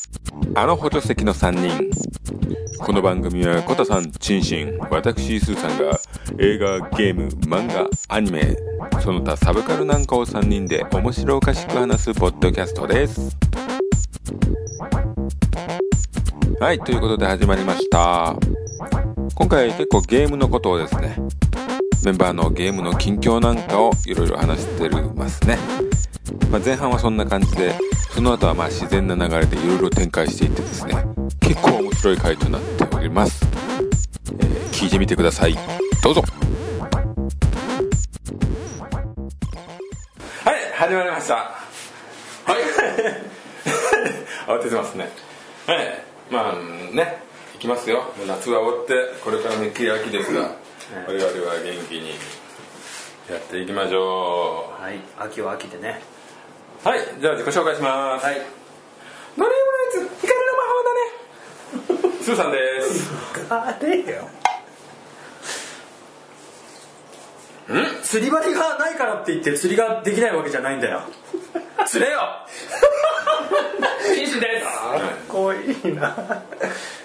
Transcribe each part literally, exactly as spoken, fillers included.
あの補助席のさんにん。この番組はコタさん、チンシン、私スーさんが映画、ゲーム、漫画、アニメ、その他サブカルなんかをさんにんで面白おかしく話すポッドキャストです。はい、ということで始まりました。今回結構ゲームのことをですね、メンバーのゲームの近況なんかをいろいろ話してますね。まあ、前半はそんな感じで、その後はまあ自然な流れでいろいろ展開していってですね、結構面白い回となっております。えー、聞いてみてください。どうぞ。はい、始まりました。はい慌ててますね。はい、まあね、いきますよ。もう夏は終わってこれからめっきり秋ですが、我々は元気にやっていきましょう。はい、秋は秋でね。 はい、じゃあ自己紹介します。はい。ノリオライツ光の魔法だね。スーさんです。 あれよ。ん？釣り針がないからって言って釣りができないわけじゃないんだよ。釣れよ。シンシンです。 かっこいいな。はい、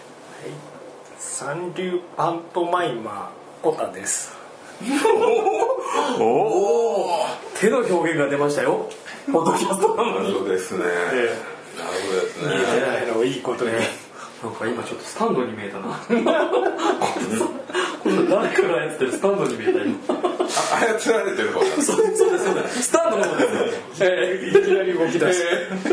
三流パントマイマーコタです。 おお、手の表現が出ましたよ。ポッドキャストなのに。 そうですね。なるほどですね。 見えないのいいことに。 なんか今ちょっとスタンドに見えたな。こんな誰かがやってるスタンドに見えたよ。 あ、操られてる方だ。 そうですそうですそうです。スタンドの方です。 えー、いきなり動き出して。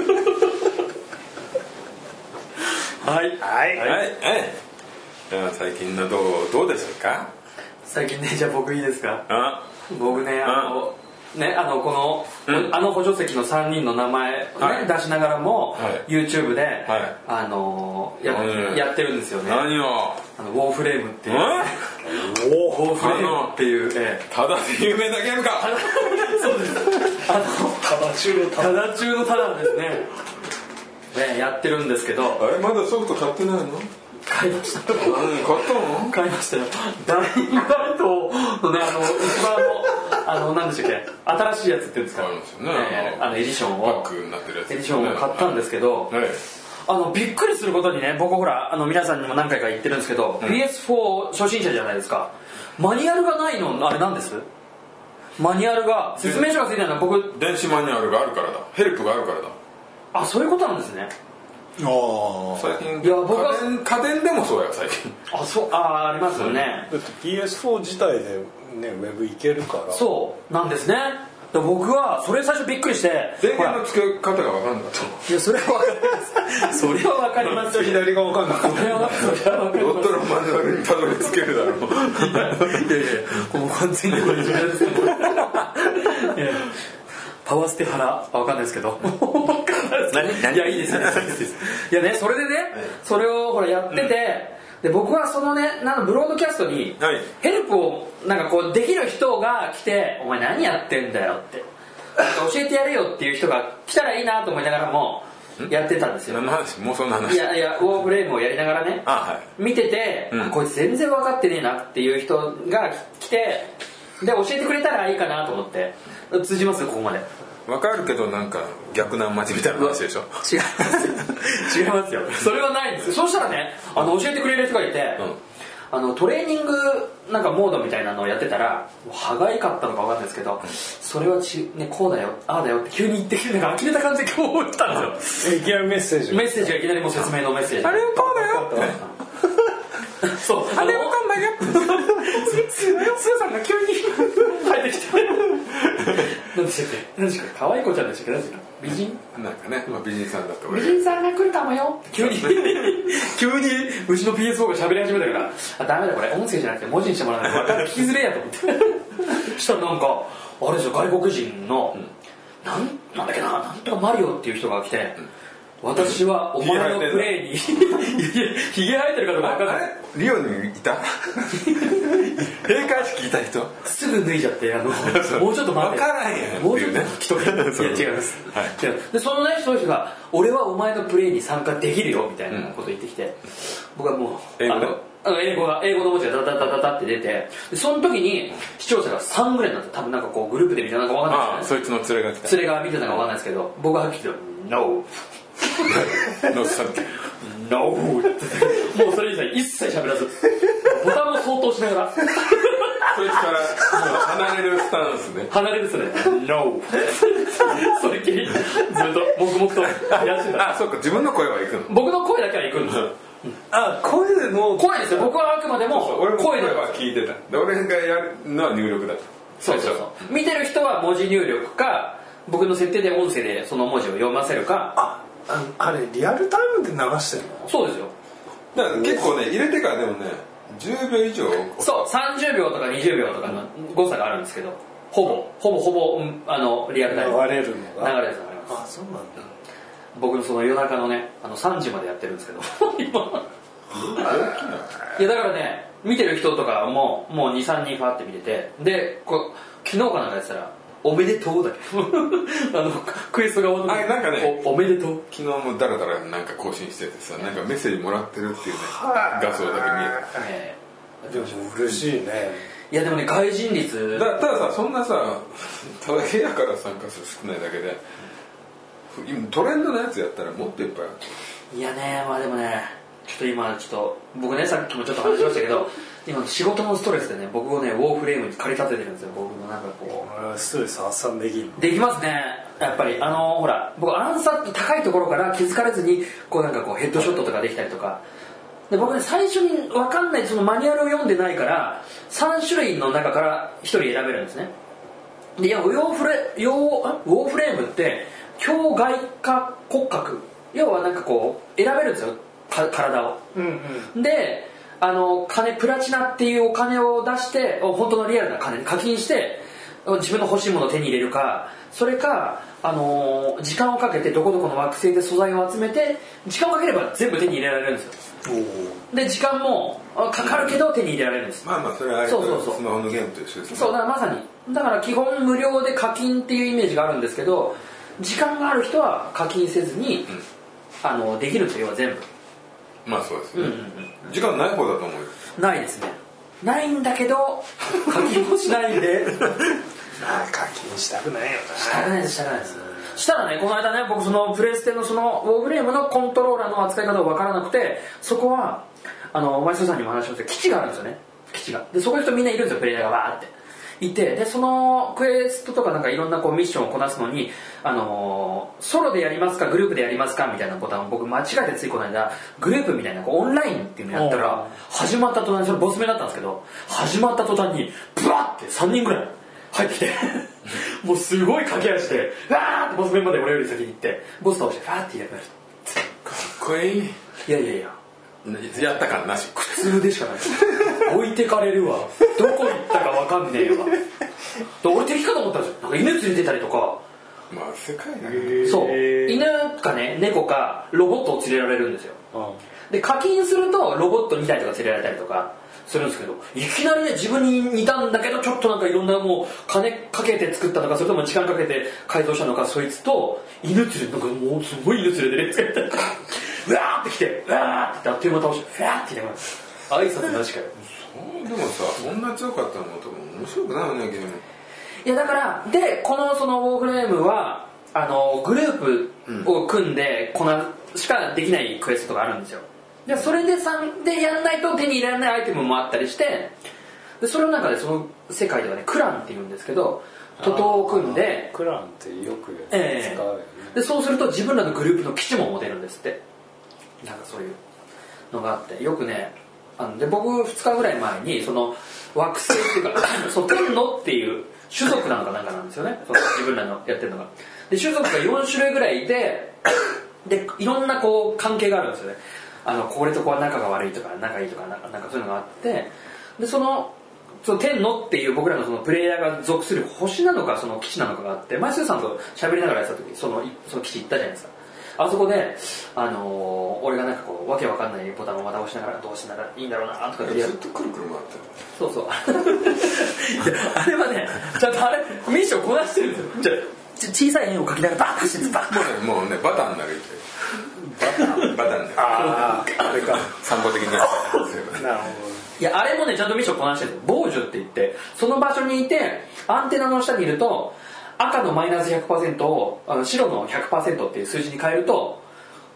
はいはいはいはい。じゃあ最近のどうどうでしょうか。 最近ね、じゃあ僕いいですか。 あ、 僕ね、あのね、あのこの、うん、あの補助席のさんにんの名前を、ね、はい、出しながらも、はい、YouTube で、はい、あの や, やってるんですよね。 何をあのウォーフレームっていう、ウォーフレームっていう、えー、ただで有名なゲームか。 そうです。あのただ中のただ中のただですね。ね、やってるんですけど、 あれまだソフト買ってないの？ 買いました。 買ったの？ 買いましたよ。ダイイングライトのね、あの一番あのあの何でしたっけ、新しいやつって言うんですか。 あるんですよね。 えー、あのエディションをパックになってるやつ、 エディションを買ったんですけど、はい、あのびっくりすることにね、僕ほらあの皆さんにも何回か言ってるんですけど、うん、ピーエスフォー 初心者じゃないですか。マニュアルがないのあれなんです。マニュアルが説明書がついてないのは僕電子マニュアルがあるからだ。ヘルプがあるからだ。あ、 そういうことなんですね。 あ最近いや僕は家電、家電でもそうや最近。 あ、そう、あ、ありますよね。 だって ピーエスフォー 自体でねウェブいけるから。 そうなんですね。僕はそれ最初びっくりして、 電源の付け方が分かんなかった。 いや、それは分かります。それは分かります。 左が分かんなかった。 それはそれは分かります。 ドットのマニュアルにたどり着けるだろう。 いやいやいや、もう完全にこれ自分ですね。パワーステ腹分かんないですけど。いや、いいですね。いやね、それでね、それをほらやってて、うん、で僕はそのね、なんかブロードキャストにヘルプをなんかこうできる人が来て、お前何やってんだよって教えてやれよっていう人が来たらいいなと思いながらもやってたんですよ。 何の話？もうそんな話？ いやいや、ウォーフレームをやりながらね、 はい、 見てて、うん、こいつ全然分かってねえなっていう人が来て、で教えてくれたらいいかなと思って。通じますここまで。 分かるけどなんか逆難待ちみたいな話でしょ。 違いますよ。違いますよ。それはないんですよ。そうしたらね、あの教えてくれる人がいて、うん、あのトレーニングなんかモードみたいなのをやってたら、歯がゆかったのか分かんないですけど、うん、それはち、ね、こうだよ、ああだよって急に言ってくれる、なんか呆れた感じで今日来たんですよ。 いきなりメッセージ。 メッセージがいきなりもう説明のメッセージ。 あれはこうだよって。 そう、あれわかんないよ。スーさんが急に入ってきて。何でしたっけ？何でしたっけ？可愛い子ちゃんでしたっけ？何でしたっけ？美人？ なんかね、まあ、美人さんだと。 美人さんが来るかもよ。急に急にうちの ピーエスフォー が喋り始めたから、あ、ダメだこれ音声じゃなくて文字にしてもらわないと分かる、聞きづれやと思って。したらなんかあれですよ、外国人の、うん、なんなんだっけな、なんとかマリオっていう人が来て。うん、私はお前のプレイにヒゲ生えてるかどうか分かんない。 リオにいた閉会式いた人すぐ脱いじゃって、あのもうちょっと待って、 分からんやんもうちょっと来とけ。いや違います、はい、でそのね人が俺はお前のプレイに参加できるよみたいなこと言ってきて、うん、僕はもう英語であの英語が英語の文字がダダダダダって出て、でその時に視聴者がさんぐらいになって、多分なんかこうグループで見たのか分かんないですけど、ね、 ああ、そいつの連れが来た、 連れが見てたのか分かんないですけど、僕ははっきりと ノーノーサンキューノーってもうそれ以外一切喋らずボタンを相当しながらそいつからもう離れるスタンスね離れるっすねノーそれっきりずっと黙々とやってたあ、そうか自分の声は行くの僕の声だけは行くんですよあ、声での声ですよ僕はあくまでも俺も声では聞いてたで俺がやるのは入力だったそうそうそう見てる人は文字入力か僕の設定で音声でその文字を読ませるかあ、あれリアルタイムで流してるの？ そうですよだから結構ね入れてからでもねじゅうびょう以上そうさんじゅうびょうとかにじゅうびょうとかの誤差があるんですけどほぼほぼほぼ、うん、あのリアルタイム流れるのが流れるのがあります。 あ、そうなんだ。 僕のその夜中のねあのさんじまでやってるんですけど今いやだからね見てる人とかももう にさんにんファーって見ててでこう昨日かなんかやってたらおめでとうだけどあのクエストが終わあれなんかねお, おめでとう昨日もダラダラなんか更新しててさなんかメッセージもらってるっていうね画像だけ見えた、でも嬉しいね。 いやでもね外人率だたださそんなさただ部屋から参加する少ないだけで今トレンドのやつやったらもっといっぱいあるいやねまあでもねちょっと今ちょっと僕ねさっきもちょっと話しましたけど今仕事のストレスでね僕をねウォーフレームに駆り立ててるんですよ僕のなんかこうストレス発散できるの？ できますねやっぱりあのほら僕アンサーって高いところから気づかれずにこうなんかこうヘッドショットとかできたりとかで僕ね最初に分かんないそのマニュアルを読んでないからさん種類の中からひとり選べるんですねでいやウォーフレウォーフレームって胸外下骨格要はなんかこう選べるんですよ体を、うんうん、であの金プラチナっていうお金を出して本当のリアルな金に課金して自分の欲しいものを手に入れるかそれか、あのー、時間をかけてどこどこの惑星で素材を集めて時間をかければ全部手に入れられるんですよで時間もかかるけど手に入れられるんですまあまあそれはあれそうそうそうスマホのゲームと一緒ですねそうだからまさにだから基本無料で課金っていうイメージがあるんですけど時間がある人は課金せずに、うん、あのできるんですよ要は全部まあそうですね、 うんうんうん、 時間ない方だと思うよないですねないんだけど課金もしないんでまあ課金したくないよなしたくないですしたくないですしたらねこの間ね僕そのプレステのそのウォーフレームのコントローラーの扱い方が分からなくてそこはあのマイスさんにも話しましたけど基地があるんですよね基地がでそこに人みんないるんですよプレイヤーがわーっていてでそのクエストとかなんかいろんなこうミッションをこなすのに、あのー、ソロでやりますかグループでやりますかみたいなボタンを僕間違えてついこの間グループみたいなこうオンラインっていうのやったら始まった途端にそれボス目だったんですけど始まった途端にブワッてさんにんぐらい入ってきてもうすごい駆け足でわーってボス面まで俺より先に行ってボス倒してファーってやるかっこいいいやいやいややった感なし苦痛でしかない置いてかれるわどこ行ったか分かんねえよ俺敵かと思ったんですよなんか犬連れてたりとかまあ世界だねそう犬かね猫かロボットを連れられるんですよ、うん、で課金するとロボットにたいとか連れられたりとかするんですけどいきなりね自分に似たんだけどちょっとなんかいろんなもう金かけて作ったのかそれとも時間かけて改造したのかそいつと犬連れなんかもうすごい犬連れてねうわーって来てうわーってあっという間倒してふわーって言ってます挨拶なしかよそうでもさそんな強かったの多分面白くないよねゲームいやだからでこのそのウォーフレームはあのグループを組んでこなしかできないクエストとかあるんですよでそれでさんでやんないと手に入れられないアイテムもあったりしてでそれの中でその世界ではねクランっていうんですけど徒党を組んでクランってよく使うよね、えー、でそうすると自分らのグループの基地も持てるんですってなんかそういうのがあってよくねあので僕ふつかぐらい前にその惑星っていうかそう天のっていう種族なのかなんかなんですよねその自分らのやってるのがで種族がよん種類ぐらいいてでいろんなこう関係があるんですよねあのこれとこは仲が悪いとか仲いいとかなんかなんかそういうのがあってでそのその天のっていう僕らのそのプレイヤーが属する星なのかその基地なのかがあって前須さんと喋りながらやってた時そのその基地行ったじゃないですかあそこで、あのー、俺がなんかこうわけわかんないボタンをまた押しながらどうしたらいいんだろうなとかってずっとくるくる回ってるそうそうあれはねちゃんとあれミッションこなしてるんですよじゃ小さい円を描きながらバーッと走ってバッもうねもうねバタンになるバタンバタンであああれか参考的になるほどいやあれもねちゃんとミッションこなしてるんですよ傍受って言ってその場所にいてアンテナの下にいると赤のマイナス ひゃくパーセント をあの白の ひゃくパーセント っていう数字に変えると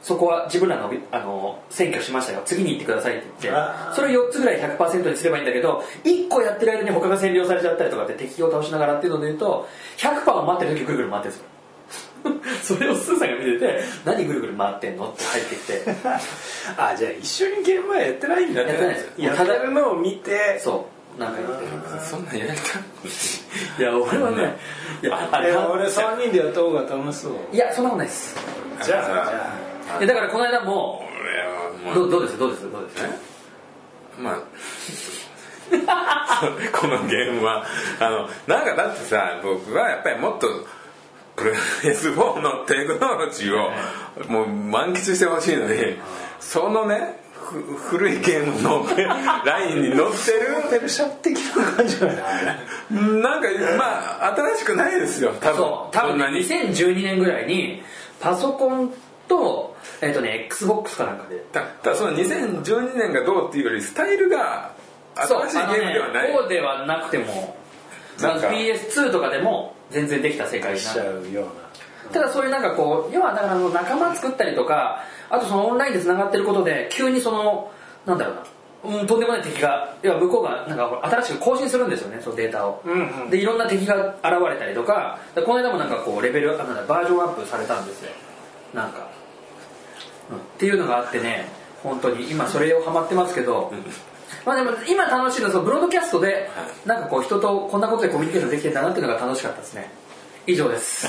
そこは自分らの、あの占拠しましたよ、次に行ってくださいって言って、それをよっつぐらい ひゃくパーセント にすればいいんだけど、いっこやってる間に他が占領されちゃったりとかって敵を倒しながらっていうので言うと ひゃくパーセント を待ってる時ぐるぐる回ってるんですよそれをスーさんが見てて、何ぐるぐる回ってんのって入ってきてあ、じゃあ一緒にゲームはやってないんだね。 やってないですよ。 やってるのを見て、 そうなんか言ってる。 そんなんやりたいいや俺はね、いやあいや俺さんにんでやった方が楽しそう。 いやそんなことないです。 じゃあじゃあいやだからこの間もどどうですどうですどうですまあこのゲームはあのなんかだってさ、僕はやっぱりもっとプレイスフォーのテクノロジーをもう満喫してほしいのに、そのね古いゲームのラインに乗ってるペルシャ的な感じじゃない。 なんかまあ新しくないですよ多分。 そう多分ねにせんじゅうにねんぐらいにパソコンとえっとね Xbox かなんかでだだそのにせんじゅうにねんがどうっていうよりスタイルが新しいゲームではない。 そう、ね、こうではなくてもなんか ピーエスツー とかでも全然できた世界になるような、うん、ただそういうなんかこう要はだから仲間作ったりとか、あとそのオンラインでつながってることで急にそのなんだろうな、うん、とんでもない敵が、要は向こうがなんか新しく更新するんですよね、そのデータを、うんうん、でいろんな敵が現れたりとか、この間もなんかこうレベルなんだバージョンアップされたんですよなんか、うん、っていうのがあってね、本当に今それをハマってますけど、うん、まあでも今楽しいのはそのブロードキャストでなんかこう人とこんなことでコミュニケーションできてんだなっていうのが楽しかったですね。以上です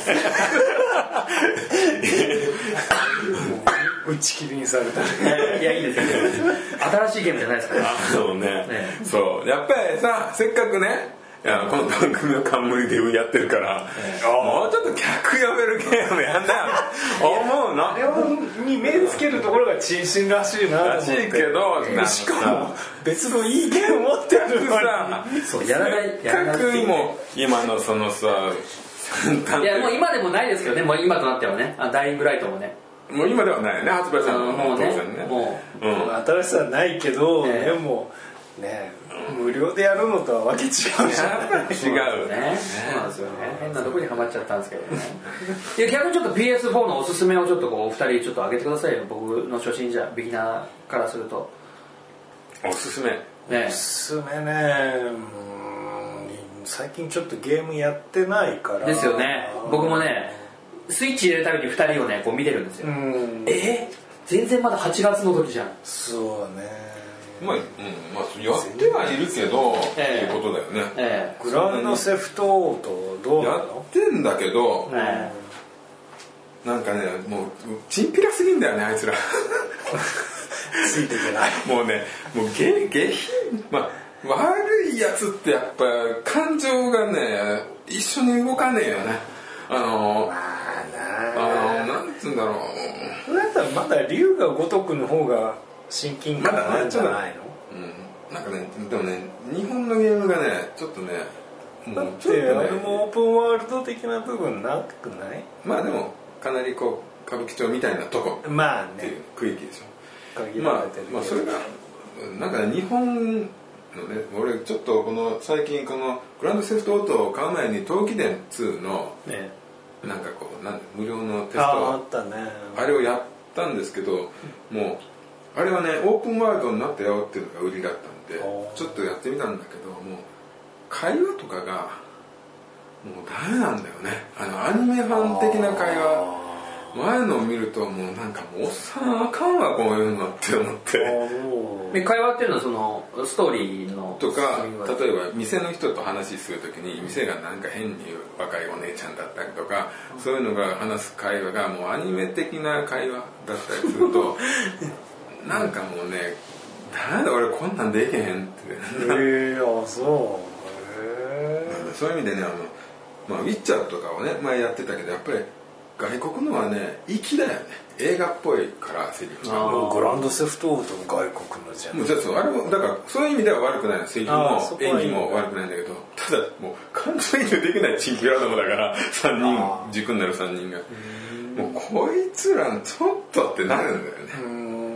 打ち切りにされたいやいいですよ新しいゲームじゃないですからそうね、ね、そうやっぱりさ、せっかくねいやこの番組の冠でやってるから、えー、もうちょっと客呼べるゲームやんな思うの。 あれに目つけるところがチンシンらしいならしいけど、 しかも別のいいゲーム持ってるさそうやらないせっかくも今のそのさいやもう今でもないですけどね、もう今となってはね、あダイイングライトもねもう今ではないよね、発売されたのもうね、 もう、うん、新しさはないけど、えー、でもね、無料でやるのとはわけ違うじゃん。 違うね。そうなんですよね。 変なとこにハマっちゃったんですけどね。いや逆にちょっと ピーエスフォー のおすすめをちょっとこうお二人ちょっと上げてくださいよ。僕の初心者ビギナーからすると。 おすすめ。 ね、おすすめね。最近ちょっとゲームやってないから。 ですよね。僕もね、スイッチ入れるたびに二人をねこう見てるんですよ。え？全然まだはちがつの時じゃん。 そうね。 まあ、うん、まあ、やってはいるけど、えー、っていうことだよね、 えー、グランドセフトオートどうなの？ やってんだけど、えー、なんかねもうチンピラすぎんだよねあいつらついていけないもうねもう下下品、まあ悪いやつってやっぱ感情がね一緒に動かねえよね。あの、まあ、あのなんつうんだろう、 だったらまだ龍が如くの方が親近感なんじゃないの？ うん、なんかねでもね日本のゲームがねちょっとねもうちょっとねあれもオープンワールド的な部分なくない？ まあでもかなりこう歌舞伎町みたいなとこまあねっていう区域でしょ。 限られてるけど、 まあ、まあそれがなんかね日本のね俺ちょっとこの最近このグランドセフトオートを買う前に冬季伝ツーの、ね、なんかこうなん無料のテストあ, あ, ったね、 あれをやったんですけど、もうあれはねオープンワールドになったよっていうのが売りだったんでちょっとやってみたんだけど、もう会話とかがもうダメなんだよね。あのアニメファン的な会話前のを見るともうなんかもうおっさんあかんわこういうのって思って会話っていうのはそのストーリーのとか、例えば店の人と話するときに店がなんか変に若いお姉ちゃんだったりとか、うん、そういうのが話す会話がもうアニメ的な会話だったりするとなんかもうね誰だ俺こんなんできへんってへえー、あそうへえそういう意味でねあの、まあ、ウィッチャーとかをね前やってたけどやっぱり外国のはね粋だよね。映画っぽいからセリフがもうグランドセフトオートの外国のじゃん。 もうあれもだからそういう意味では悪くないの。セリフも演技も悪くないんだけど、ただもう感情移入できないチンピラどもだからさんにん軸になるさんにんがもうこいつらちょっとってなるんだよね。うん、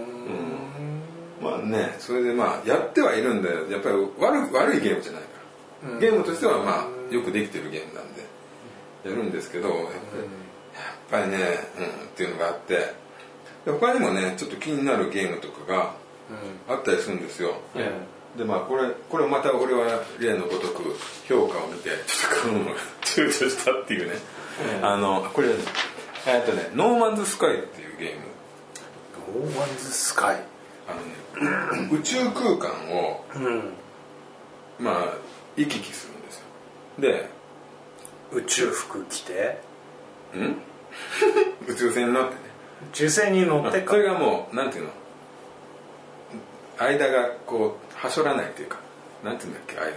まあねそれでまあやってはいるんだよ。やっぱり悪, 悪いゲームじゃないからゲームとしてはまあよくできてるゲームなんでやるんですけど、やっぱりやっぱりね、うん、っていうのがあって、 で他にもねちょっと気になるゲームとかがあったりするんですよ、うん、でまあこれこれまた俺は例のごとく評価を見てちょっと買うのが躊躇したっていうね、うん、あのこれえっとねノーマンズスカイっていうゲーム。 ノーマンズスカイ、 あのね宇宙空間を、うん、まあ行き来するんですよ。で宇宙服着てん宇宙船に乗ってね、 宇宙船に乗ってか、 それがもうなんていうの間がこうはしょらないというか、なんていうんだっけああいうの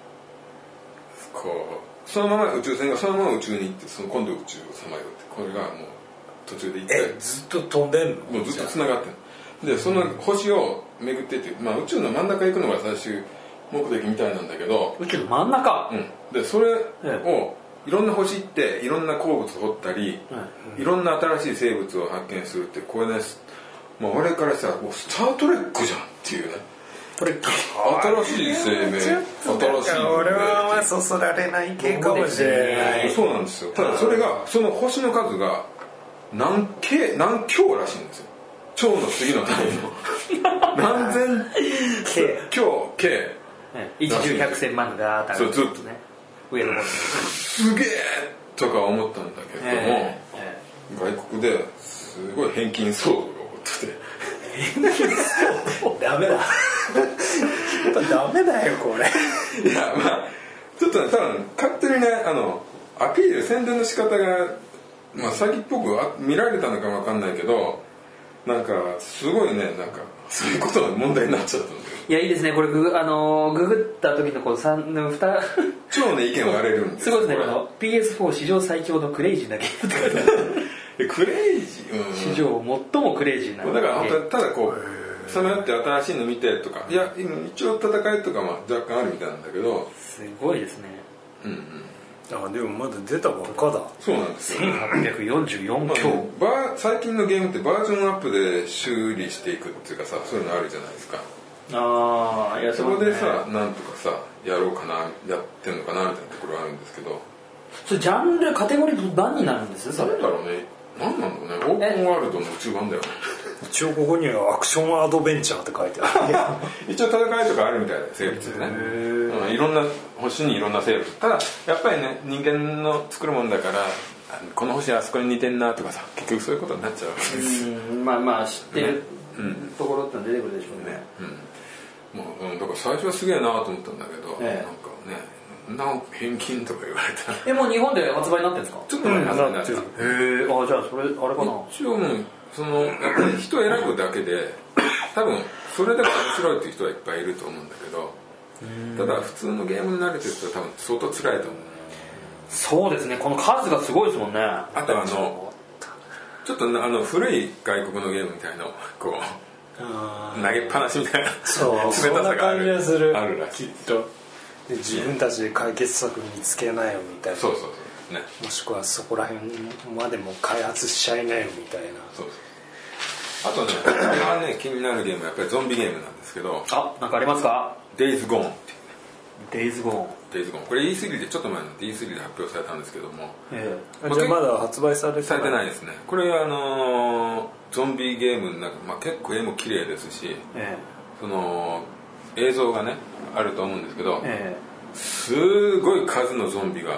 こうそのまま宇宙船がそのまま宇宙に行ってその今度宇宙をさまようって、これがもう途中で行ってえずっと飛んでんの？ もうずっとつながってる。でその星を巡ってっていう、まあ、宇宙の真ん中行くのが最終目的みたいなんだけど、 宇宙の真ん中、 うん、でそれをいろんな星行っていろんな鉱物を掘ったり、うん、いろんな新しい生物を発見するって、これね、まあ、我々からしたらもうスタートレックじゃんっていうね、これ新しい生命、新しい俺はまあそそられない系かもしれない。 そうなんですよ。ただそれがその星の数が何京何京らしいんですよ。超の次の単位の何千京京一十百千万がそうずっとね上の方すげえとか思ったんだけども、えーえー、外国ですごい返金騒動が起こってて返金騒動ダメだダメだよこれ。 いやまあちょっとね多分勝手にねあのアピール宣伝の仕方がまあ詐欺っぽく見られたのかわかんないけど、なんかすごいねなんかそういうことが問題になっちゃったんだよ。 いやいいですねこれグ、あのー、ググった時のこの三の二超ね意見割れるんですすごいですねこの ピーエスフォー 史上最強のクレイジーなゲームって書いてあるクレイジー、うん、 史上最もクレイジーなだから本当にただこうさまよって新しいの見てとかいや一応戦いとかまあ若干あるみたいなんだけどすごいですね。 うんうんあでもまだ出たばっかだ。 そうなんですよ。 せんはっぴゃくよんじゅうよん強、 まあね、バー最近のゲームってバージョンアップで修理していくっていうかさ、そういうのあるじゃないですか。 ああいやそこでさ、なんとかさやろうかなやってんのかなみたいなところあるんですけど、 それジャンルカテゴリー何になるんですそれ？なんだろうね。何なんだろうね。オープンワールドの宇宙版だよね。 一応ここにはアクションアドベンチャーって書いてある。一応戦いとかあるみたいな生物でね、うん。いろんな星にいろんな生物。ただやっぱりね人間の作るもんだから。この星あそこに似てんなとかさ結局そういうことになっちゃうわけです。 うんまあまあ知ってる、ねうん、ところっての出てくるでしょうね。 うん、もうだから最初はすげえなと思ったんだけど、ええ、なんかねな返金とか言われたらえもう日本で発売になってるんですか？ ちょっと前に発売になってる。へえあじゃあそれあれかな一応もうそのやっぱり人を選ぶだけで多分それでも面白いっていう人はいっぱいいると思うんだけどただ普通のゲームに慣れてる人は多分相当辛いと思う。 そうですねこの数がすごいですもんね。 あとあのちょっとあの古い外国のゲームみたいなこう投げっぱなしみたいなそう冷たさがあるするあるらしいきっとで自分たちで解決策見つけなよみたいなそうそうそう、ね、 もしくはそこら辺までも開発しちゃいなよみたいなそうそうあとねこれはね気になるゲームはやっぱりゾンビゲームなんですけどあなんかありますか？ Days Gone っていうねデイズゴーンデイズゴーンこれ イースリー でちょっと前の イースリー で発表されたんですけども、 ええ、じゃあまだ発売されてないされてないですね。これはあのー、ゾンビゲームの中、まあ、結構絵も綺麗ですし、ええ、その映像がねあると思うんですけど、ええ、すごい数のゾンビが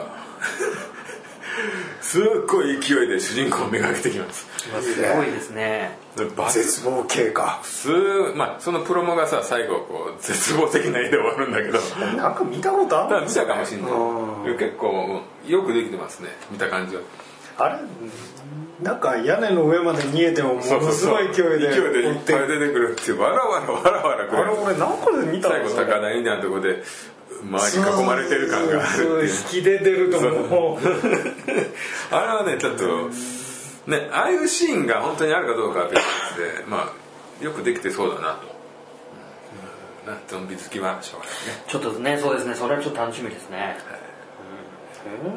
すっごい勢いで主人公をめがけてきます。 すごいですね。 絶望系か。 すまあそのプロモがさ最後こう絶望的な絵で終わるんだけどなんか見たことあるんですか？見たかもしれない。結構よくできてますね見た感じは。 あれなんか屋根の上まで逃げてもものすごい勢いで勢いでいっぱい出てくるっていうわらわらわらわらくらい。 あれ俺何個で見たの？ 最後高台みたいなところで周り囲まれてる感があるっていう。 引き出てると思う。 あれはねちょっとねああいうシーンが本当にあるかどうかってでまあよくできてそうだなと。うん、なゾンビ好きはしょうがないね。 ちょっとねそうですねそれはちょっと楽しみですね。はいうん、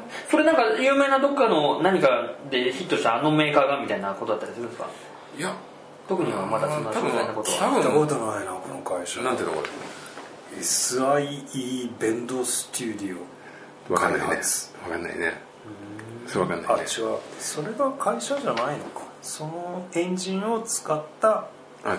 それなんか有名などっかの何かでヒットしたあのメーカーがみたいなことだったりするんですか？ いや特にはまだそんな詳細なことは多分聞いたことないなこの会社。 なんてところエスアイイー ベンドスタジオわかんないねわかんないねそうわかんないね。 あ違うそれが会社じゃないのかそのエンジンを使ったあ違う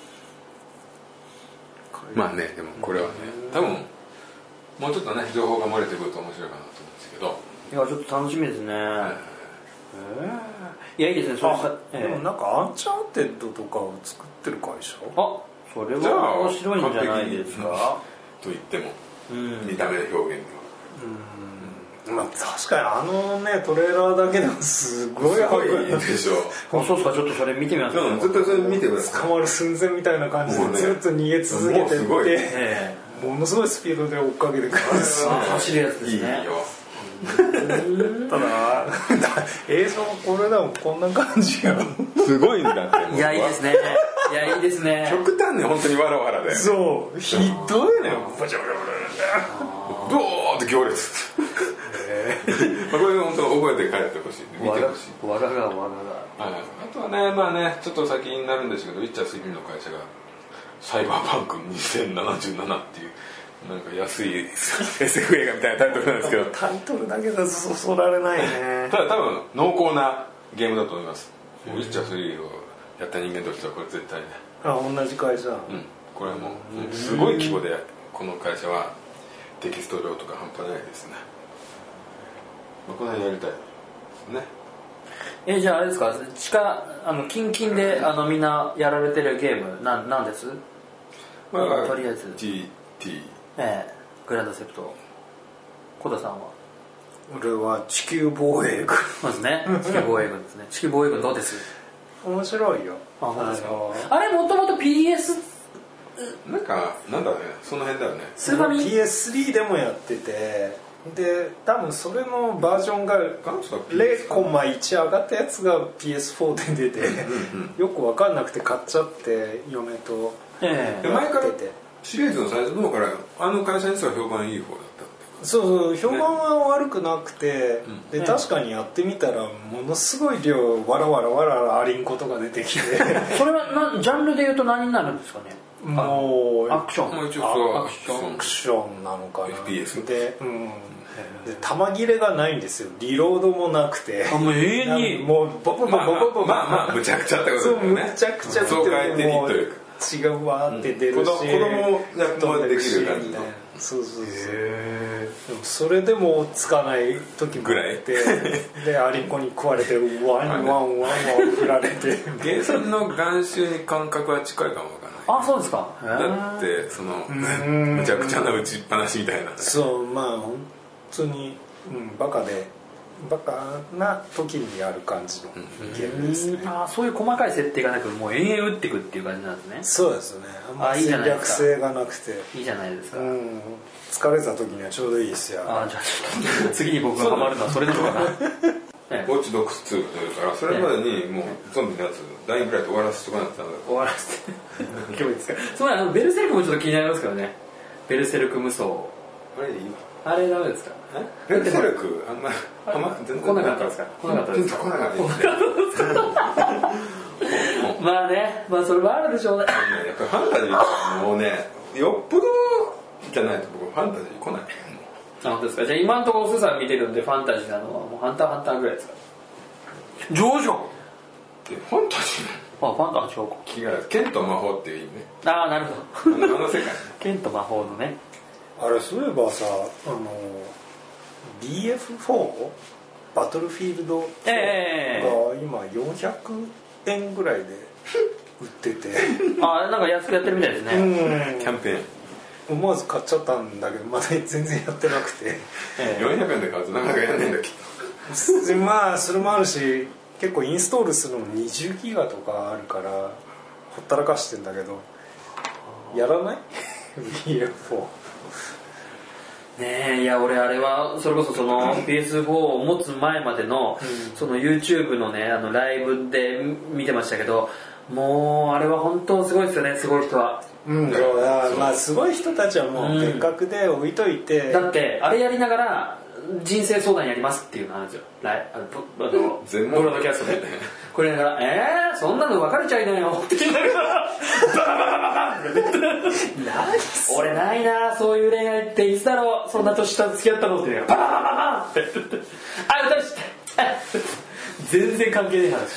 まあねでもこれはね多分もうちょっとね情報が漏れてくると面白いかなと思うんですけどいやちょっと楽しみですね、えー、いやいいですねそれさ、 えー、でもなんかアンチャーテッドとかを作ってる会社あそれは面白いんじゃないですかと言っても、うん、見た目の表現ではうんまあ確かにあのねトレーラーだけでもすごいすごいでしょあそうっすかちょっとそれ見てみますうん絶対それ見てください捕まる寸前みたいな感じでずっと逃げ続けてっても,、ね、ものすごいスピードで追っかけてくる走るやつですねいいよただ映像これでもこんな感じよすごいんだっていやいいですねいやいいですね極端に本当にわらわらでそうひどいねバチャバチャバチャドーって行列まあこれ本当覚えて帰ってほしい見てほしいわらがわらが、 はい、あとはねまあねちょっと先になるんですけどウィッチャースリーの会社がサイバーパンクにせんななじゅうななっていうなんか安い エスエフ 映画みたいなタイトルなんですけどタイトルだけだとそそられないねただ多分濃厚なゲームだと思いますウィッチャースリーをやった人間としてはこれ絶対ねあ同じ会社うんこれはもうすごい規模でこの会社はテキスト量とか半端ないですねこの辺やりたいですねえじゃああれですか地下あのキンキンであのみんなやられてるゲームなんなんです、まあ、とりあえずティーティーええグランドセプト小田さんは俺は地球防衛軍そうですね地球防衛軍ですね地球防衛軍どうです面白いよあ本ですかあれもともと ピーエスなんかなんだろうねその辺だよねスーファミピーエススリー でもやっててで多分それのバージョンが ゼロコンマいち 上がったやつが ピーエスフォー で出てよく分かんなくて買っちゃって嫁とやってて、 えー、前からシリーズの最初の方からあの会社には評判いい方だったってそうそう評判は悪くなくて、うん、で確かにやってみたらものすごい量わらわらわらわらアリンコとか出てきてそれはなジャンルでいうと何になるんですかねもうアクションもう一応アクションアクションなのかなエフピーエスで、うん、で弾切れがないんですよリロードもなくてあもう永遠にもうボボボボボボまあまあむちゃくちゃってことですよねそうむちゃくちゃそう変えてみというか血がわーって出るし、うん、子供もできる感じのそうそうそうでもそれでもつかない時もあってでアリンコに食われてワンワンワンワン振られて原作の眼臭に感覚は近いかもわからないあそうですかだってそのむちゃくちゃな打ちっぱなしみたいなそうまあ本当に、うん、バカでバカな時にやる感じのゲームですねあそういう細かい設定がなくもう延々打っていくっていう感じなんですねそうですねあんまり戦略性がなくていいじゃないですか、 うん、疲れた時にはちょうどいいですよあじゃあちょっと次に僕がハマるのはそれでしょうかなウォッチドックスツーが出るからそれまでにもうゾンビのやつだいぶぐらいで終わらせとかなってたんだ終わらせて今日ですかそうあのベルセルクもちょっと気になりますけどねベルセルク無双あれいいわあれダメですかベルセルクあんまり全然来なかったですか来なかったですか来なかったですまあねまあそれはあるでしょうねやっぱりファンタジーもうねよっぽどじゃないと僕ファンタジー来ないあ本当ですかじゃあ今のところおすさん見てるんでファンタジーなのはもうハンターハンターぐらいですかジョジョえファンタジーあファンタジーか気が剣と魔法っていう意味ねああなるほどあのあの世界剣と魔法のねあれそういえばさあの ビーエフフォー バトルフィールドが今よんひゃくえんぐらいで売っててあなんか安くやってるみたいですねキャンペーン思わず買っちゃったんだけどまだ全然やってなくてよんひゃくえんで買うとなかなかやんないんだきっとまあそれもあるし結構インストールするのもにじゅうギガとかあるからほったらかしてんだけどやらない ビーエフフォーねえいや俺あれはそれこそその ピーエスフォー を持つ前までのその YouTube のねあのライブで見てましたけどもうあれは本当すごいですよねすごい人はうんまあすごい人たちはもう別格で置いといて、 うん、だってあれやりながら人生相談やりますっていうのあるんですよライあのあのボロドキャストでこれだからえー、そんなの別れちゃいなよって言いながらババババババって俺ないなそういう恋愛っていつだろうそんな年下と付き合ったのって言うからバババババってあ歌して全然関係ねえ話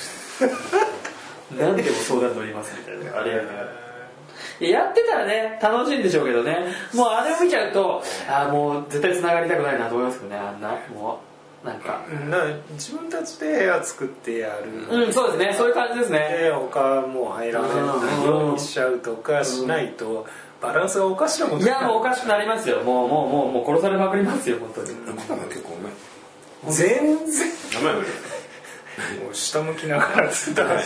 何でも相談乗りますみたいなあれやるね。やってたらね楽しいんでしょうけどね、もうあれを見ちゃうとあもう絶対繋がりたくないなと思いますけどね。あんなもうなんかな自分たちで部屋作ってやる、 うんそうですね、そういう感じですね。 で他もう入らないようにしちゃうとかしないとバランスがおかしなことになる。 いやもうおかしくなりますよ。もうもうもうもう殺されまくりますよ本当に。 結構うまい。 全然うまい。 もう下向きながらつったらい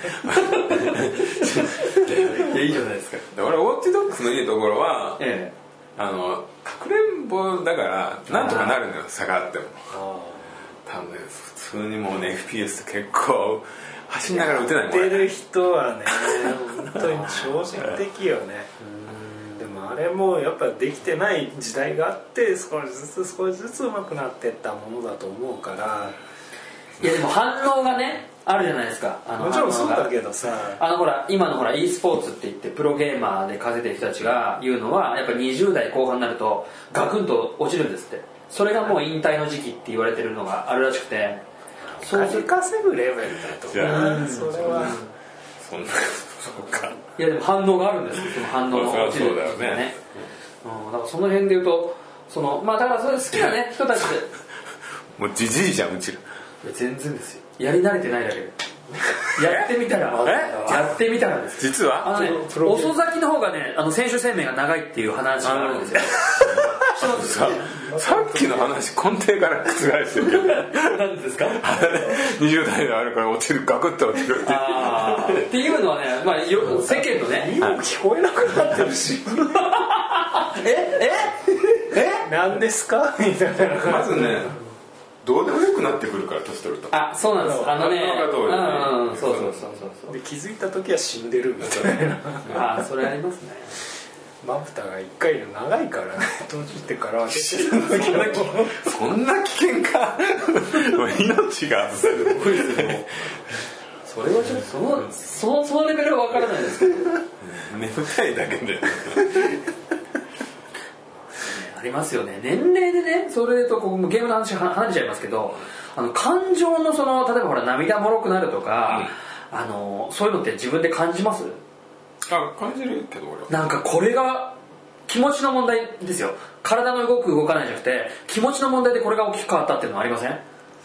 やいいじゃないですか。 俺ウォッチドッグスのいいところは、 ええ、 あのかくれんぼだからなんとかなるのよ、差があっても。多分ね普通にもうね エフピーエス って結構走りながら打てないもんね。 やってる人はね本当に超人的よね。でもあれもやっぱできてない時代があって少しずつ少しずつ上手くなっていったものだと思うから。 いやでも反応がねあるじゃないですか。あのもちろんそうだけどさ、 あのほら今のほら e スポーツって言ってプロゲーマーで稼いでる人たちが言うのはやっぱにじゅう代後半になるとガクンと落ちるんですって。それがもう引退の時期って言われてるのがあるらしくて、 そうする稼ぐレベルだと思う。それはそんなそうか。 いやでも反応があるんですよ、その反応の落ちるそうだよね。 うん、だからその辺で言うとそのまあだからそれ好きなね人たちでもうジジイじゃんうちら。 いや全然ですよ、やり慣れてないだけでやってみたらやってみたらです。 実はあのね遅咲きの方がねあの選手生命が長いっていう話があるんですよ。 さ, さっきの話根底から覆してるけど何ですかにじゅう代であるから落ちるガクッと落ちるってあっていうのはね、まあ、世間のね今聞こえなくなってるしえええ何ですかみたいな。 まずねどうでもよくなってくるから年取ると。 あそうなんです。あのねうんうんそうそうそうそうで気づいた時は死んでるみたいな。 あそれありますね。 まぶたが一回の長いからね閉じてからそんな危険か命がすごいですね。 それはちょっとそのそのそのレベルは分からないですけど眠たいだけでありますよね。年齢でねそれとこうゲームの話離れちゃいますけど、あの感情のその例えばほら涙もろくなるとか、うん、あのそういうのって自分で感じます？ あ感じるけど俺はなんかこれが気持ちの問題ですよ。体の動く動かないじゃなくて気持ちの問題でこれが大きく変わったっていうのはありません？ ない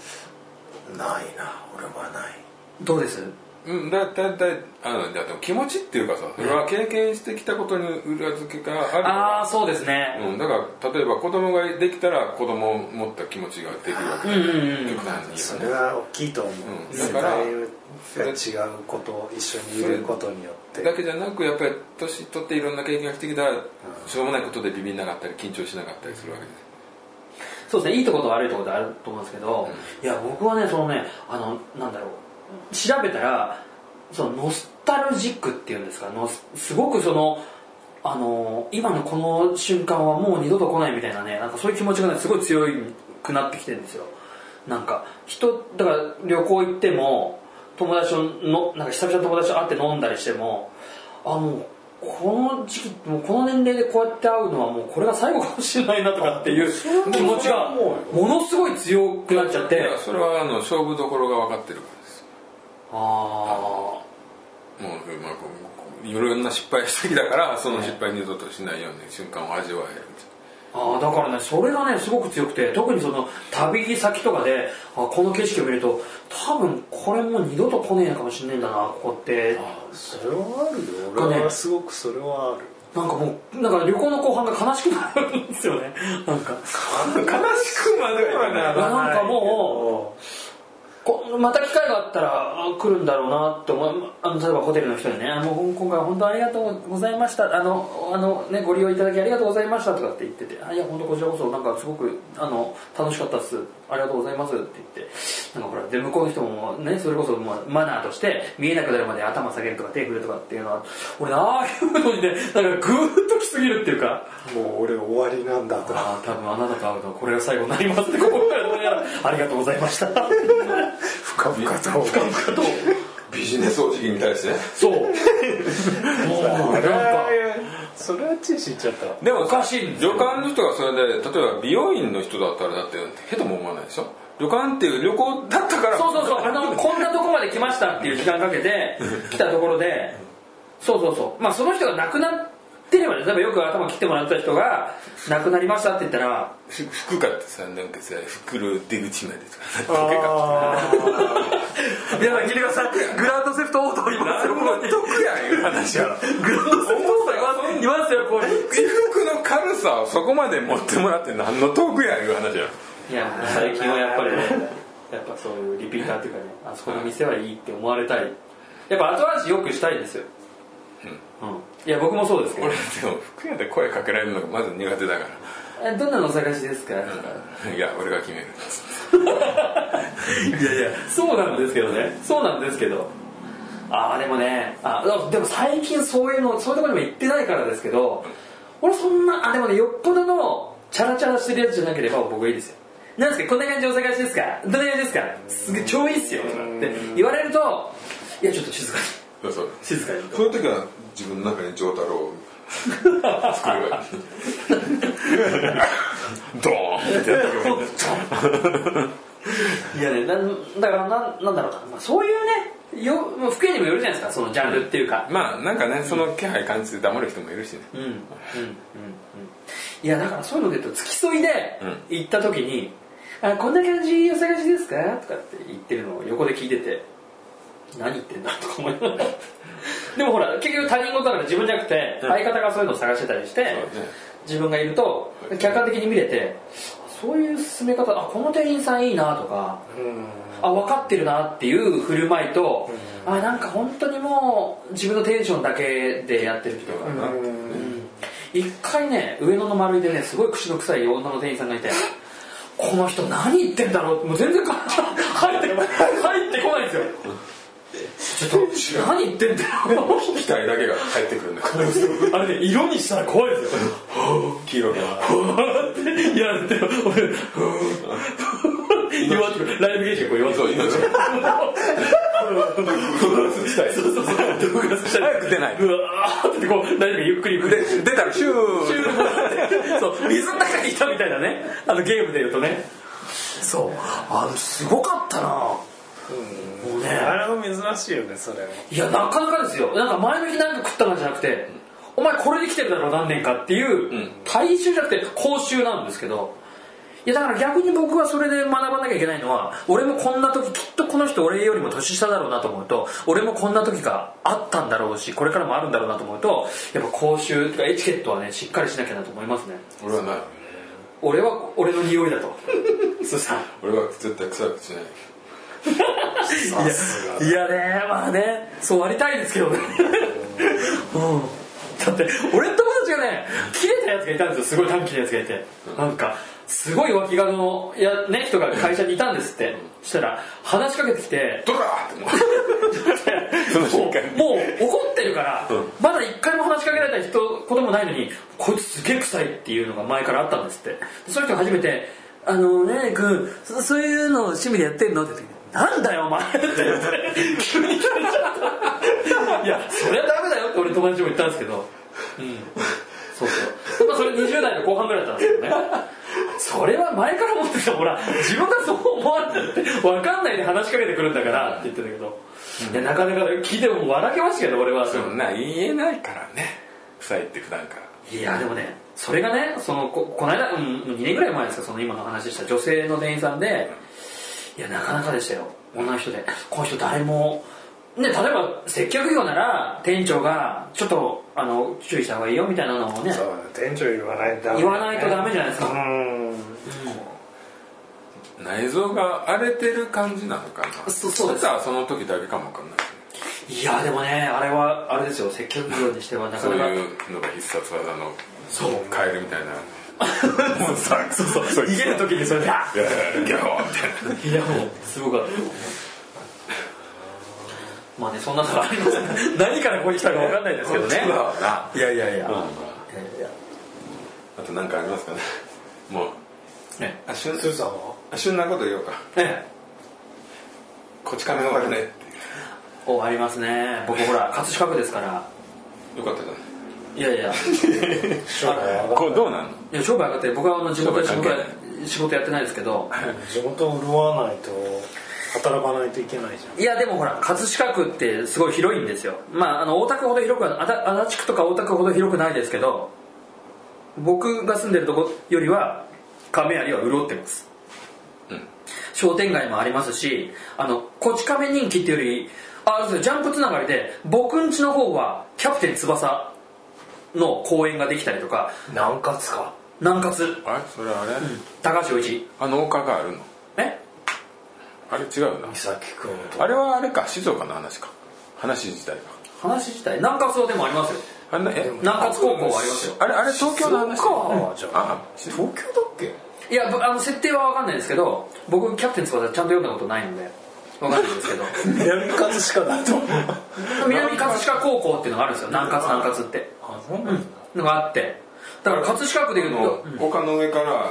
な俺はない。 どうです？ うんだだだあのでも気持ちっていうかさそれは経験してきたことに裏付けがあるから、うん、 ああそうですね、 うん、だから例えば子供ができたら子供を持った気持ちができるわけだ、うんうんうん、 それは大きいと思う、うん、だから世代が違うことを一緒にいることによってだけじゃなくやっぱり年取っていろんな経験がしてきたら、うん、しょうもないことでビビんなかったり緊張しなかったりするわけです。 そうですね、いいところと悪いところであると思うんですけど、うん、いや僕はねそのねあのなんだろう調べたらそのノスタルジックっていうんですかのすごくそのあの今のこの瞬間はもう二度と来ないみたいなねなんかそういう気持ちがねすごい強くなってきてるんですよ。なんか人だから旅行行っても友達のなんか久々の友達と会って飲んだりしてもあもうこの時期もうこの年齢でこうやって会うのはもうこれが最後かもしれないなとかっていう気持ちがものすごい強くなっちゃって、 それはあの勝負どころが分かってるからです。 ああもう、まあ、いろんな失敗してきたからその失敗二度としないように瞬間を味わえるみたいな。 あだからねそれがねすごく強くて特にその旅先とかであこの景色を見ると多分これもう二度と来ねえかもしれないんだなここってあそれはあるよ俺はすごくそれはある、 なんかもうなんか旅行の後半が悲しくなるんですよねなんか悲しくまではないなんかもうこまた機会があったら来るんだろうなって思う。あの例えばホテルの人にねあの今回は本当ありがとうございましたあのあの、ね、ご利用いただきありがとうございましたとかって言っててあいや本当こちらこそなんかすごくあの楽しかったっすありがとうございますって言ってなんかほらで向こうの人もねそれこそもうマナーとして見えなくなるまで頭下げるとか手振るとかっていうのは俺ああいうのにねなんかグーッときすぎるっていうかもう俺終わりなんだとあ多分あなたと会うとこれが最後になりますってここからありがとうございました深々と深々とビジネスお辞儀に対してねそうもうなんかそそれは知知っちゃった。 でもおかしいんですよ。旅館の人がそれで、例えば美容院の人だったらだってへとも思わないでしょ。旅館っていう旅行だったから。 そうそうそう、あのこんなとこまで来ましたっていう時間かけて来たところで、そうそうそう、まあその人が亡くなってればね、例えばよく頭切ってもらった人が亡くなりましたって言ったら、 服かってさ、なんかさ、袋出口までとか、 時計か皆さん聞いてください。グランドセフトオート言いますよ。 得やいう話やろ。 グランドセフトオート言いますよ、これ。 衣服の軽さをそこまで持ってもらって何の得やいう話やろ。 いや、最近はやっぱりね、やっぱそういうリピーターっていうかね、あそこの店はいいって思われたい。やっぱ後味よくしたいですよ。うんうん、いや僕もそうですけど、 俺でも服屋で声かけられるのがまず苦手だから 「どんなのお探しですか?」 うん、いや俺が決めるいやいやそうなんですけどね、そうなんですけど、ああでもね、あでも最近そういうのそういうところにも行ってないからですけど、俺そんな、あでもね、よっぽどのチャラチャラしてるやつじゃなければ僕はいいですよ。なんですか、こんな感じでお探しですか、どんな感じですか、すげえ超いいっすよって言われると、いやちょっと静かに、 そうそう静かに、 そういう時は自分の中に丈太郎を作るわドーンってやったけどいやね、なんだからなんなんだろうな、まあ、そういうね、よもう服屋にもよるじゃないですか、そのジャンルっていうか、 まあなんかね、その気配感じて黙る人もいるしね、 うんうんうんうん、いやだからそういうので言うと付き添いで行った時に、うん、あこんな感じお探しですかとかって言ってるのを横で聞いてて、何言ってんだとか思いながらでもほら結局他人事だから自分じゃなくて相方がそういうのを探してたりして、うん、自分がいると客観的に見れて、そういう進め方、あこの店員さんいいなとか、あ分かってるなっていう振る舞いと、あなんか本当にもう自分のテンションだけでやってる人が、一回ね上野の丸いでねすごい口の臭い女の店員さんがいて、この人何言ってんだろうって、もう全然入って入ってこないんですよ。ちょっと何言ってんだよ。 期待だけが返ってくるんだあれね、色にしたら怖いですよ。 黄色がいやでも俺弱ってくる、ライブゲージがこう弱ってくる、命そうそうそう、 早く出ない、 うわーってこうライブがゆっくり出たらシューシューそう水の中にいたみたいなね、あのゲームでいうとね、そうあのすごかったな。 うん、もうね、あれも珍しいよね、それは。 いやなかなかですよ。なんか前の日なんか食ったからじゃなくて、お前これで来てるだろう何年かっていう、うん、大衆じゃなくて講習なんですけど、いやだから逆に僕はそれで学ばなきゃいけないのは、俺もこんな時、きっとこの人俺よりも年下だろうなと思うと、俺もこんな時があったんだろうし、これからもあるんだろうなと思うと、やっぱ講習とかエチケットはねしっかりしなきゃなと思いますね。 俺はない。 俺は俺の匂いだとそしたら俺は絶対臭くしないいや、いやね、まあね、そうありたいですけどね、うん、だって俺の友達がね切れたやつがいたんですよ、すごい短気なやつがいて、うん、なんかすごい脇がのや、ね、人が会社にいたんですって、うん、そしたら話しかけてきてドラーってその瞬間もう、もう怒ってるから、うん、まだ一回も話しかけられた人こともないのに、こいつすげえ臭いっていうのが前からあったんですって。その人が初めてあのね君 そ, そういうのを趣味でやってんのって言って、なんだよお前って急に聞かれちゃったいやそれはダメだよって俺友達も言ったんですけど、うん、そうそう、まあ、それにじゅう代の後半ぐらいだったんですけどね、それは前から思ってた、ほら自分がそう思われてるって分かんないで話しかけてくるんだからって言ってたけど、うん、いやなかなか聞いても笑けましたけど、俺はそんな言えないからね、臭いって普段から。 いやでもね、それがね、その こ, この間、うん、にねんぐらい前ですか、その今の話した女性の店員さんで、いやなかなかでしたよ、女の人で、この人誰もね、例えば接客業なら店長がちょっとあの注意した方がいいよみたいなのをね、 そう店長言わないとダメ、 ね、言わないとダメじゃないですか。うん、うん、 内臓が荒れてる感じなのかな。 そ, そうです。 その時だけかもわかんない。 いやでもね、あれはあれですよ、接客業にしてはなかなかそういうのが必殺技のカエルみたいなモンスターそうそうそう、逃げる時にそれであギャーみたいな、 いやもうすごかったまあね、そんなのがあります何からここに来たか分かんないですけどねいやいやいや、うん、いやいや、 あと何かありますかね。もうね、 あ旬スーさんはあ旬なこと言おうか、 ええ、 こち亀のお金おありますね。僕ほら葛飾区ですから。 よかったね。 いやいやこれどうなの？ いや商売上がって僕はあの地元で仕事仕事やってないですけど地元を潤わないと働かないといけないじゃん。 いやでもほら葛飾区ってすごい広いんですよ。まああの大田区ほど広くは足立区とか大田区ほど広くないですけど、僕が住んでるとこよりは亀有は潤ってます、うん、商店街もありますし、あのこち亀人気っていうよりあジャンプつながりで僕ん家の方はキャプテン翼の公演ができたりとか。 南葛か南葛あれそれあれ、うん、 高橋陽一あの丘があるのえあれ違うな。 三崎君とあれはあれか静岡の話か。話自体が話自体南葛はでもありますよ。 あなえ南葛高校はありますよ。 あれあれ東京の話かじゃあ東京だっけ。 いやあの設定は分かんないですけど、僕キャプテン翼ちゃんと読んだことないので分かんないですけど南葛飾だと南葛飾高校っていうのがあるんですよ。南葛南葛ってあそうなんだ、 うん、のがあって、だから葛飾区でいうと丘の上から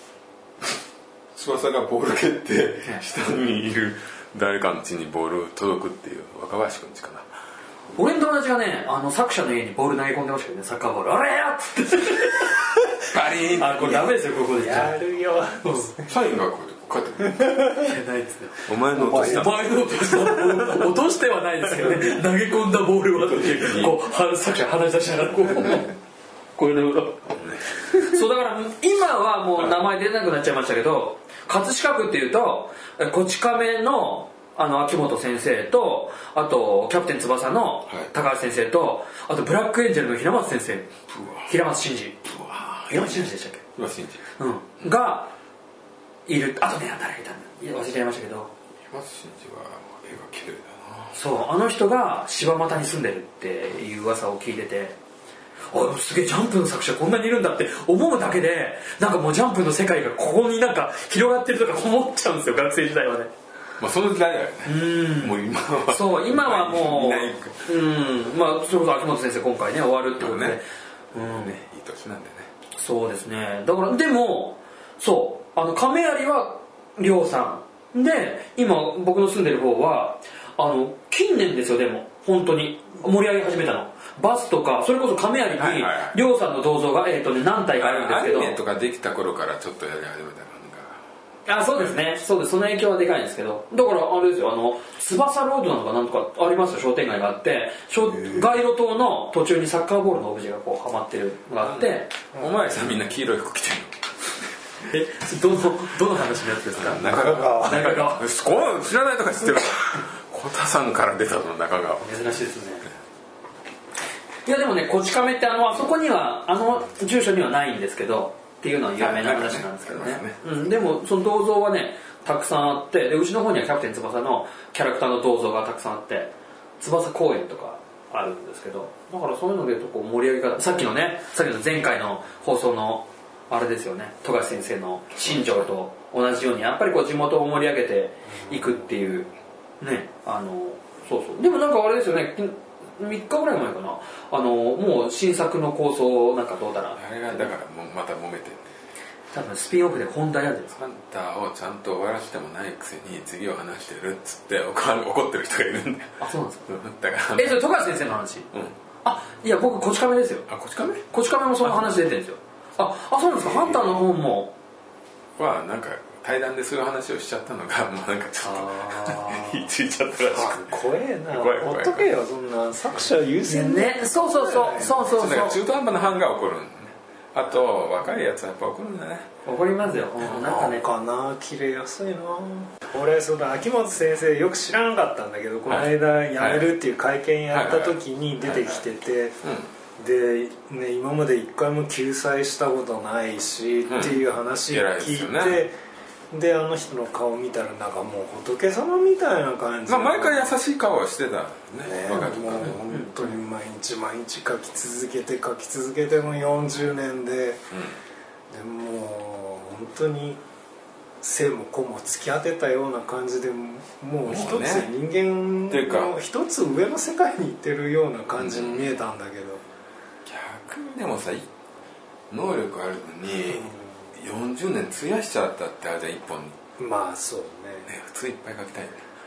翼がボール蹴って下にいる誰かの家にボール届くっていう若林くんちかな。 俺の友達がねあの作者の家にボール投げ込んでましたけどね、サッカーボールあれやっつってパリーン。 あこれダメですよここでやるよサインがこうやってこうやってないですよ。 お前の落としたお前の落とした落としてはないですけどね、投げ込んだボールはというこう作者話し出しながらこうこういうのそうだから今はもう名前出なくなっちゃいましたけど、葛飾区っていうとこち亀のあの秋元先生と、あとキャプテン翼の高橋先生と、あとブラックエンジェルの平松先生、平松真二平松真二でしたっけ、 平松真二、うん、がいる。あとね誰がいたんだ忘れちゃいましたけど、 平松真二は絵が綺麗だな。 そうあの人が柴又に住んでるっていう噂を聞いてて、あすげえジャンプの作者こんなにいるんだって思うだけで、なんかもうジャンプの世界がここになんか広がってるとか思っちゃうんですよ、学生時代はね。 まあその時代だよね。 うんもう今はそう今はもういないうんまあそれこそ秋元先生今回ね終わるってことで、ねうんね、いい年なんでね。 そうですね。だからでもそうあの亀有は亮さんで、今僕の住んでる方はあの近年ですよ。でも本当に盛り上げ始めたのバスとか、それこそ亀有に亮さんの銅像が、えーとね、何体かあるんですけど、 アニメとかできた頃からちょっとやり始めた。 あそうですね、そうです、その影響はでかいんですけど、だからあれですよ、あの翼ロードなのかなんとかありますよ、商店街があって、街路灯の途中にサッカーボールのオブジェがこうはまってるのがあって、 うん、お前さみんな黄色い服着てるのえどのどの話のやつですか。 中川中川こう知らないとか知ってる小田さんから出たの中川珍しいですね。いやでもねこち亀ってあのあそこにはあの住所にはないんですけどっていうのは有名な話なんですけどね、うん、でもその銅像はねたくさんあって、でうちの方にはキャプテン翼のキャラクターの銅像がたくさんあって、翼公園とかあるんですけど、だからそういうのでとこう盛り上げ方、さっきのねさっきの前回の放送のあれですよね、富樫先生の新庄と同じようにやっぱりこう地元を盛り上げていくっていうね、あのそうそう。でもなんかあれですよね、みっかぐらい前かな、あのもう新作の構想なんかどうだな、 あれがだからもうまた揉めてる、 多分スピンオフで本題やるんですか。 ハンターをちゃんと終わらせてもないくせに次を話してるっつって怒ってる人がいるんだよ。 あそうなんですか。 だからえそれ富樫先生の話。うん、あいや僕こち亀ですよ。 あこち亀こち亀もその話出てるんですよ。ああそうなんですか。ハンターの本もはなんか対談でそういう話をしちゃったのがもうなんかちょっと言いついちゃったらしくて怖えな、ほっとけよそんな作者優先ね。そうそうそうそうそうそう、 だから中途半端な版が起こるんだね。あと若いやつはやっぱ怒るんだね。 怒りますよ。なんかねかな、切れやすいな。俺その秋元先生よく知らなかったんだけど、この間辞めるっていう会見やった時に出てきてて、で、ね、今まで一回も救済したことないし、うん、っていう話を聞いて、ね、であの人の顔見たらなんかもう仏様みたいな感じ、 まあ、毎回優しい顔をしてたね。ねもう本当に毎日毎日書き続けて書き続けてのよんじゅうねんで、うん、でもう本当に生も子も突き当てたような感じで、もう一つ人間の一つ上の世界に行ってるような感じに見えたんだけど、 逆にでもさ能力あるのによんじゅうねん費やしちゃったってあるじゃん一本に。 まあそうね。 ね普通いっぱい書きたいね。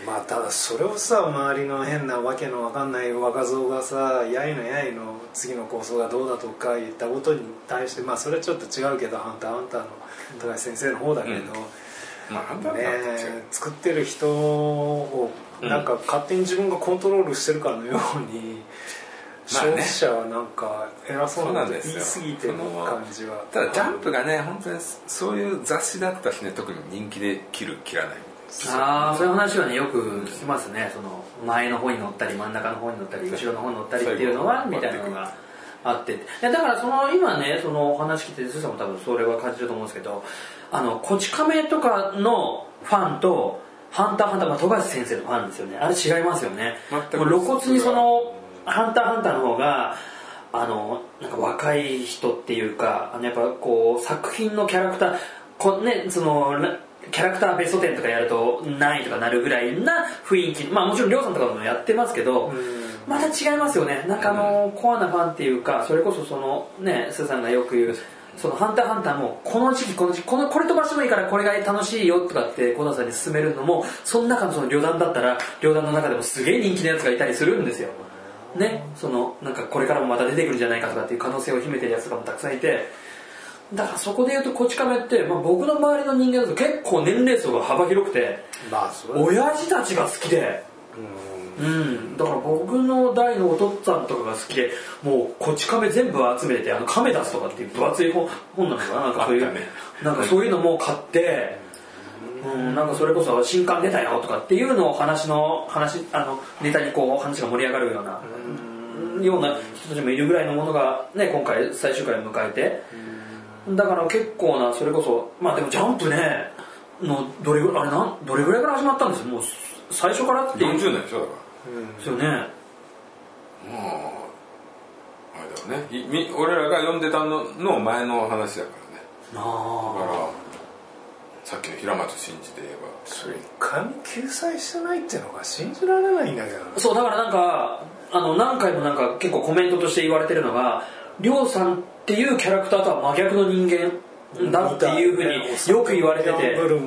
まあただそれをさ周りの変なわけのわかんない若造がさやいのやいの次の構想がどうだとか言ったことに対してまあそれはちょっと違うけどハンターハンターの高橋先生の方だけど、うんまあ、ハンターハンターね作ってる人をなんか勝手に自分がコントロールしてるかのように、うん消費者はなんか偉そうなこと言い過ぎてる感じはただジャンプがね本当にそういう雑誌だったしね特に人気で切る切らないああそういう話はねよく聞きますねその前の方に乗ったり真ん中の方に乗ったり後ろの方に乗ったりっていうのはみたいなのがあってだからその今ねそのお話聞いてスーさんも多分それは感じると思うんですけどあのこち亀とかのファンとハンターハンター、まあ、富樫先生のファンですよねあれ違いますよねもう露骨にそのハンターハンターの方があのなんか若い人っていうかあのやっぱこう作品のキャラクターこ、ね、そのキャラクターベストテンとかやると何位とかなるぐらいな雰囲気まあもちろんりょうさんとかもやってますけどまた違いますよねなんかあのコアなファンっていうかそれこそそのねスーさんがよく言うそのハンターハンターもこの時期この時期このこれ飛ばしてもいいからこれが楽しいよとかって小田さんに勧めるのもその中のその旅団だったら旅団の中でもすげえ人気のやつがいたりするんですよね、そのなんかこれからもまた出てくるんじゃないかとかっていう可能性を秘めてるやつとかもたくさんいてだからそこで言うとこち亀って、まあ、僕の周りの人間だと結構年齢層が幅広くて、まあ、親父たちが好きでうん、うん、だから僕の代のお父っつぁんとかが好きでもうこち亀全部集めててあのカメダスとかっていう分厚い本本なのかななんかそういう、ね、なんかそういうのも買ってうん、なんかそれこそ新刊出たよとかっていうのを話の話あのネタにこう話が盛り上がるようなような人たちもいるぐらいのものが、ね、今回最終回を迎えてだから結構なそれこそまあでもジャンプねのどれぐらいあれなんどれぐらいから始まったんですよもう最初からっていうよんじゅうねんでしょだからですよねもうあれだよねい俺らが読んでたのの前の話だからねあだからさっきの平松真二で言えばそれ一回も救済してないっていうのが信じられないんだけどそうだからなんかあの何回もなんか結構コメントとして言われてるのがりょうさんっていうキャラクターとは真逆の人間だっていうふうによく言われてて、うん、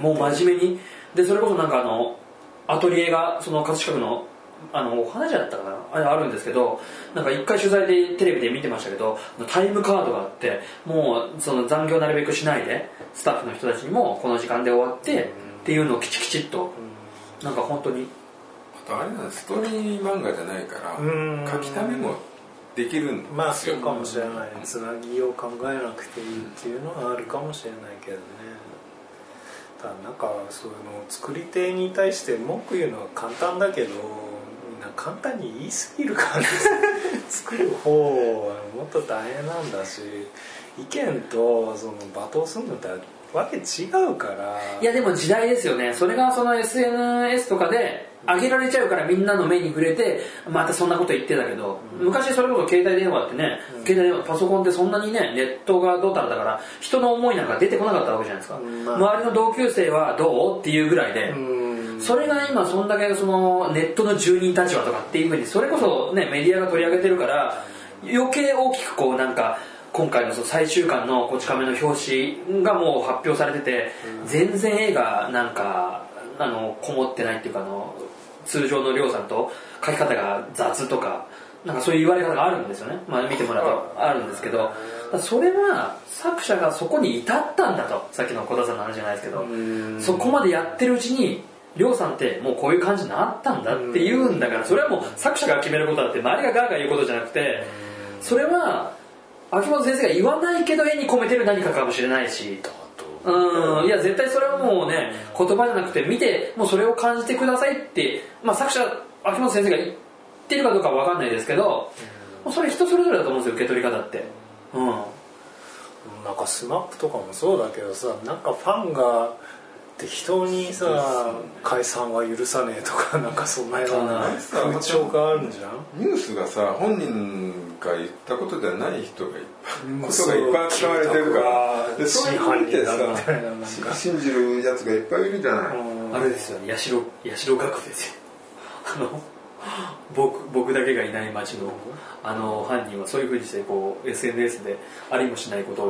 もう真面目にでそれこそなんかあのアトリエがその葛飾区のあのお花じゃったかなあれあるんですけどなんか一回取材でテレビで見てましたけどタイムカードがあってもうその残業なるべくしないでスタッフの人たちにもこの時間で終わってっていうのをきちきちっとなんか本当にあとあれなんストーリー漫画じゃないから書き溜めもできるんですよまあそうかもしれないつなぎを考えなくていいっていうのはあるかもしれないけどねただなんかそういうの作り手に対して文句言うのは簡単だけどみんな簡単に言い過ぎる感じ作る方はもっと大変なんだし意見とその罵倒するのってわけ違うからいやでも時代ですよねそれがその エスエヌエス とかで上げられちゃうからみんなの目に触れてまたそんなこと言ってたけど、うん、昔それこそ携帯電話ってね、うん、携帯電話パソコンってそんなにねネットがどうたらだから人の思いなんか出てこなかったわけじゃないですか、うんまあ、周りの同級生はどうっていうぐらいで、うん、それが今そんだけそのネットの住人たちはとかっていうふうにそれこそねメディアが取り上げてるから余計大きくこうなんか今回のその最終巻のこち亀の表紙がもう発表されてて、うん、全然絵がなんかあのこもってないっていうかあの通常のりょうさんと描き方が雑とかなんかそういう言われ方があるんですよね、まあ、見てもらうとあるんですけどそれは作者がそこに至ったんだとさっきの小田さんの話じゃないですけどそこまでやってるうちにりょうさんってもうこういう感じになったんだって言うんだからそれはもう作者が決めることだって周りがガーガー言うことじゃなくてそれは秋元先生が言わないけど絵に込めてる何かかもしれないしうんいや絶対それはもうね言葉じゃなくて見てもうそれを感じてくださいって、まあ、作者秋元先生が言ってるかどうかは分かんないですけど、うん、それ人それぞれだと思うんですよ受け取り方って、うん、 なんかスマップとかもそうだけどさなんかファンが適当にさ解散は許さねえとかなんかそんなような風潮があるじゃんニュースがさ本人が言ったことではない人がいっぱいことがいっぱい使われてるからでそういうのってさ信じるやつがいっぱいいるじゃないあれですよね八代八代学ですよあの僕僕だけがいない街のあの犯人はそういう風にしてこう エスエヌエス でありもしないことを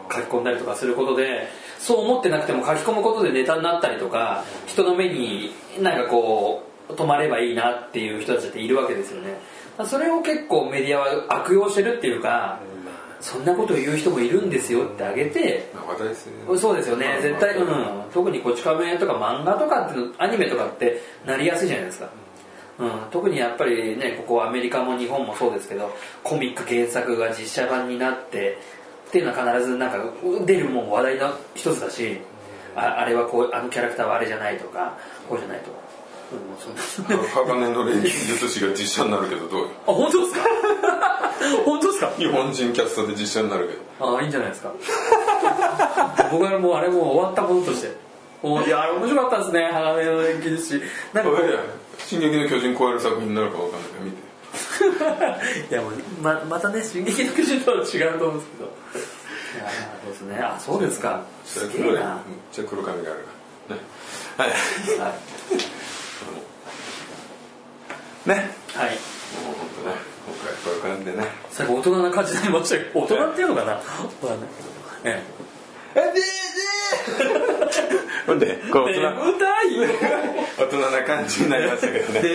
書き込んだりとかすることで、そう思ってなくても書き込むことでネタになったりとか、人の目になんかこう止まればいいなっていう人たちっているわけですよね。それを結構メディアは悪用してるっていうか、そんなことを言う人もいるんですよってあげて、 まあ、話題ですね。 そうですよね、絶対、うん、特にこち亀とか漫画とかっていうの、アニメとかってなりやすいじゃないですか。うん、特にやっぱりね、ここアメリカも日本もそうですけど、コミック原作が実写版になってっていうのは必ずなんか出るもん話題の一つだし、あ, あれはこう、あのキャラクターはあれじゃないとか、こうじゃないとか。 うん、鋼の錬金術師が実写になるけどどうよ。 あ、本当ですか本当ですか。 日本人キャストで実写になるけど。 ああ、いいんじゃないですか。僕はもうあれもう終わったものとして、おいやあれ面白かったですね、鋼の錬金術師。なんか進撃の巨人超える作品になるかわかんないから見て。 いやもう ま, またね、進撃の巨人とは違うと思うんですけど。いやそうですね。あ、そうですか。すげえな。めっちゃ黒髪があるからね。はい。はい。ね。はい。もう本当ね。今回こういう感じでね。 最後大人な感じになりましたけど、大人っていうのかな。わかんないけど。ええ。えでほんでこう大人大人な感じになりましたけどね。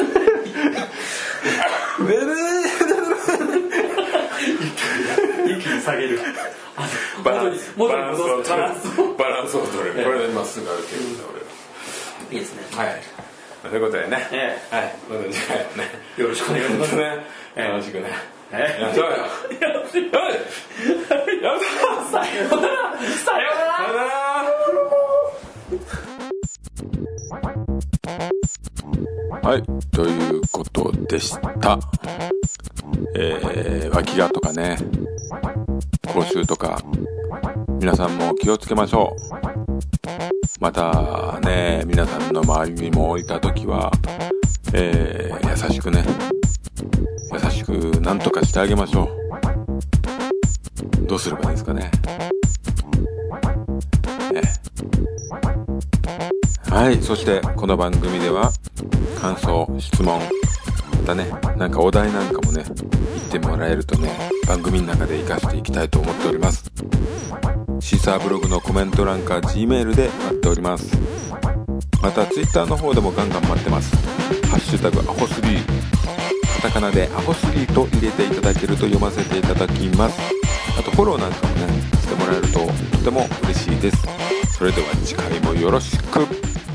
一気に下げる。 バランス元に戻す。 バランスバランスを取る。これでまっすぐ歩けるんだ俺は。 いいですね。 はい。ということでね。はい。また次回ね。 よろしくお願いしますね。 楽しくね。 えやっちゃうよ。 やってよ。さようなら。さようなら。 はい、ということでした。えー、脇がとかね、口臭とか、皆さんも気をつけましょう。またね、皆さんの周りにもいたときは、えー、優しくね、優しくなんとかしてあげましょう。どうすればいいですかね。ね、はい、そしてこの番組では感想、質問、またね、なんかお題なんかもね、言ってもらえるとね、番組の中で活かしていきたいと思っております。シーサーブログのコメント欄か G メールで待っております。また Twitter の方でもガンガン待ってます。ハッシュタグアホスリー、カタカナでアホスリーと入れていただけると読ませていただきます。あとフォローなんかもねしてもらえるととても嬉しいです。それでは次回もよろしく。